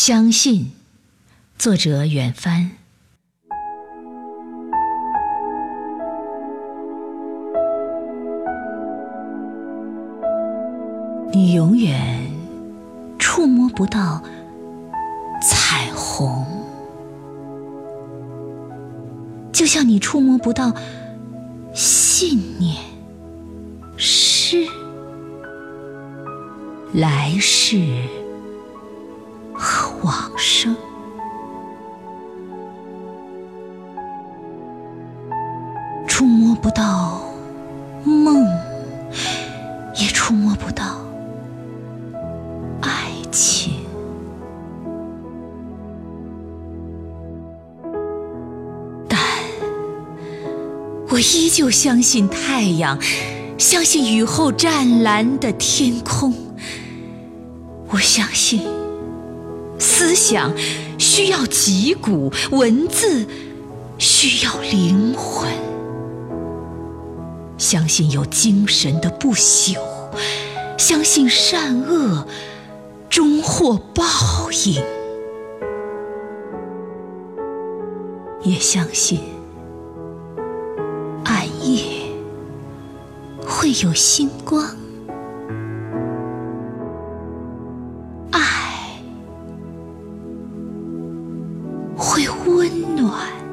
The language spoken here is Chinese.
相信，作者远帆。你永远触摸不到彩虹，就像你触摸不到信念、诗、来世和往生。触摸不到梦，也触摸不到爱情。但我依旧相信太阳，相信雨后湛蓝的天空。我相信思想需要脊骨，文字需要灵魂。相信有精神的不朽，相信善恶终获报应，也相信暗夜会有星光，爱会温暖